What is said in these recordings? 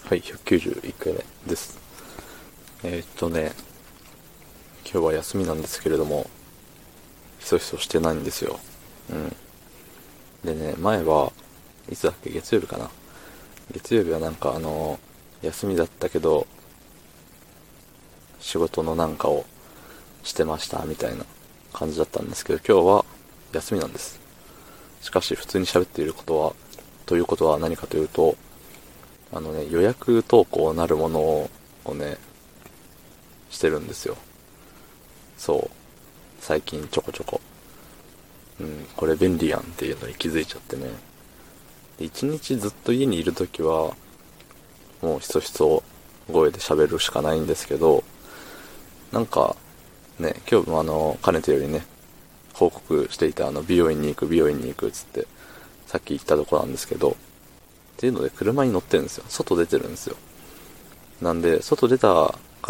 はい、191回目です。今日は休みなんですけれども、ひそひそしてないんですよ。うん。でね、前はいつだっけ、月曜日かな。月曜日は休みだったけど、仕事のなんかをしてましたみたいな感じだったんですけど、今日は休みなんです。しかし、普通に喋っていることは、ということは何かというと、予約投稿なるものをね、してるんですよ。そう。最近ちょこちょこ。これ便利やんっていうのに気づいちゃってね。で、一日ずっと家にいるときは、もうひそひそ声で喋るしかないんですけど、なんか、ね、今日もかねてよりね、報告していた美容院に行くっつって、さっき言ったとこなんですけど、っていうので車に乗ってるんですよ。外出てるんですよ。なんで、外出たから、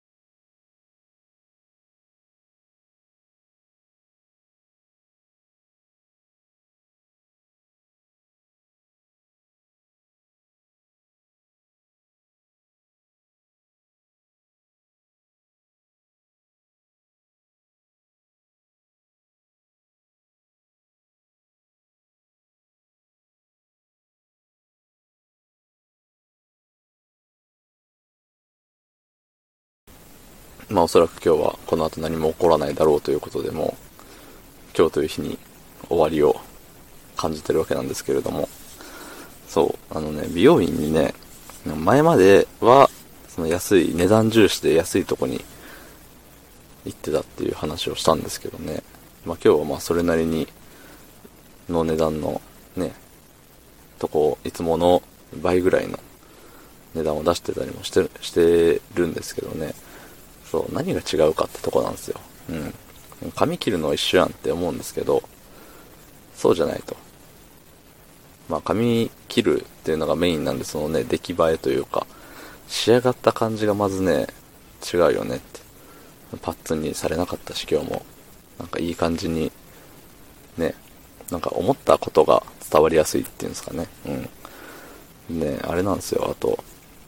まあおそらく今日はこの後何も起こらないだろうということで、もう今日という日に終わりを感じてるわけなんですけれども、そう、美容院にね、前までは、その安い、値段重視で安いとこに行ってたっていう話をしたんですけどね。まあ今日はまあそれなりにの値段のね、いつもの倍ぐらいの値段を出してたりもしてるんですけどね。そう、何が違うかってとこなんですよ。うん。髪切るのは一緒やんって思うんですけど、そうじゃないと。まあ髪切るっていうのがメインなんで、そのね、出来栄えというか、仕上がった感じがまずね、違うよねって。パッツンにされなかったし、今日も。なんかいい感じに、ね、なんか思ったことが伝わりやすいっていうんですかね。うん。ね、あれなんですよ。あと、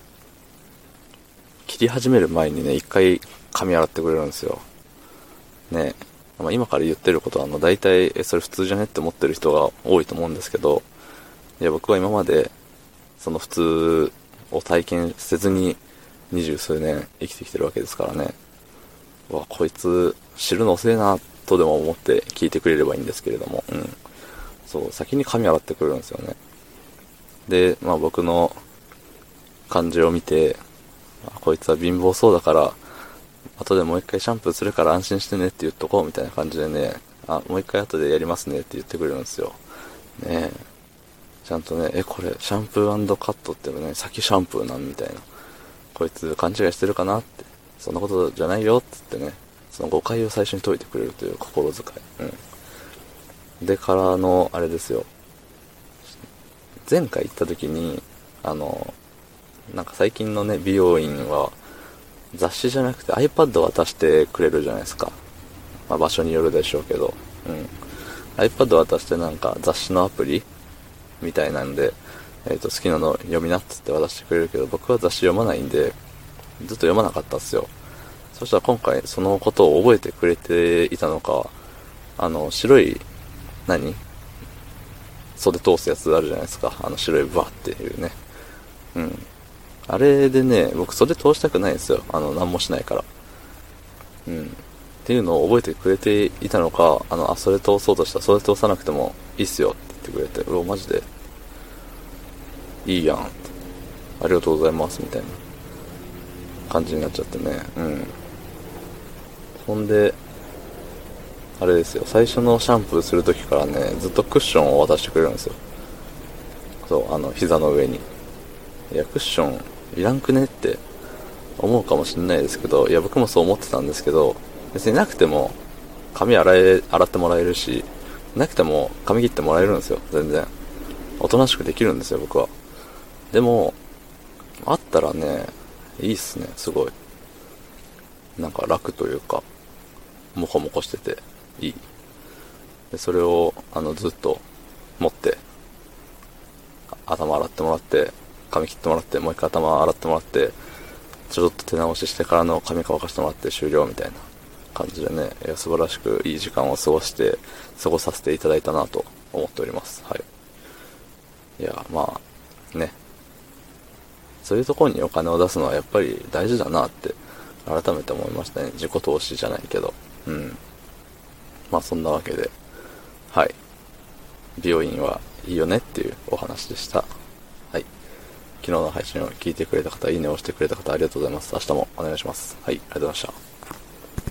切り始める前にね、一回髪洗ってくれるんですよ。ね、まあ、今から言ってることは大体、それ普通じゃねって思ってる人が多いと思うんですけど、いや、僕は今まで、その普通を体験せずに、二十数年生きてきてるわけですからね。こいつ、知るの遅えな、とでも思って聞いてくれればいいんですけれども、そう、先に髪洗ってくれるんですよね。で、まあ僕の感じを見て、こいつは貧乏そうだから、後でもう一回シャンプーするから安心してねって言っとこうみたいな感じでね、もう一回後でやりますねって言ってくれるんですよ。ねえ。ちゃんとね、これ、シャンプーカットってのね、先シャンプーなんみたいな。こいつ勘違いしてるかなって。そんなことじゃないよって言ってね、その誤解を最初に解いてくれるという心遣い。でからの、あれですよ。前回行った時に、なんか最近のね、美容院は、雑誌じゃなくて iPad 渡してくれるじゃないですか。まあ場所によるでしょうけど。iPad 渡してなんか雑誌のアプリみたいなんで、好きなの読みなっつって渡してくれるけど、僕は雑誌読まないんで、ずっと読まなかったっすよ。そしたら今回そのことを覚えてくれていたのか、白い、何袖通すやつあるじゃないですか。白いバーっていうね。うん。あれでね、僕袖通したくないんですよ。何もしないから。っていうのを覚えてくれていたのか、それ通そうとしたら、それ通さなくてもいいっすよって言ってくれて、マジで、いいやんって、ありがとうございますみたいな感じになっちゃってね。ほんで、あれですよ、最初のシャンプーするときからね、ずっとクッションを渡してくれるんですよ。そう、膝の上に。いや、クッションいらんくねって思うかもしれないですけど、いや、僕もそう思ってたんですけど、別になくても、洗ってもらえるし、なくても髪切ってもらえるんですよ、全然。おとなしくできるんですよ、僕は。でも、あったらね、いいっすね、すごい。なんか楽というか、モコモコしてて、いい。で、それを、ずっと持って、頭洗ってもらって、 髪切ってもらって、もう一回頭洗ってもらって、ちょっと手直ししてからの髪乾かしてもらって終了みたいな感じでね、素晴らしくいい時間を過ごさせていただいたなと思っております。はい。いや、まあ、ね。そういうところにお金を出すのはやっぱり大事だなって改めて思いましたね。自己投資じゃないけど。うん。まあそんなわけで、はい。美容院はいいよねっていうお話でした。はい。昨日の配信を聞いてくれた方、いいねを押してくれた方ありがとうございます。明日もお願いします。はい、ありがとうございました。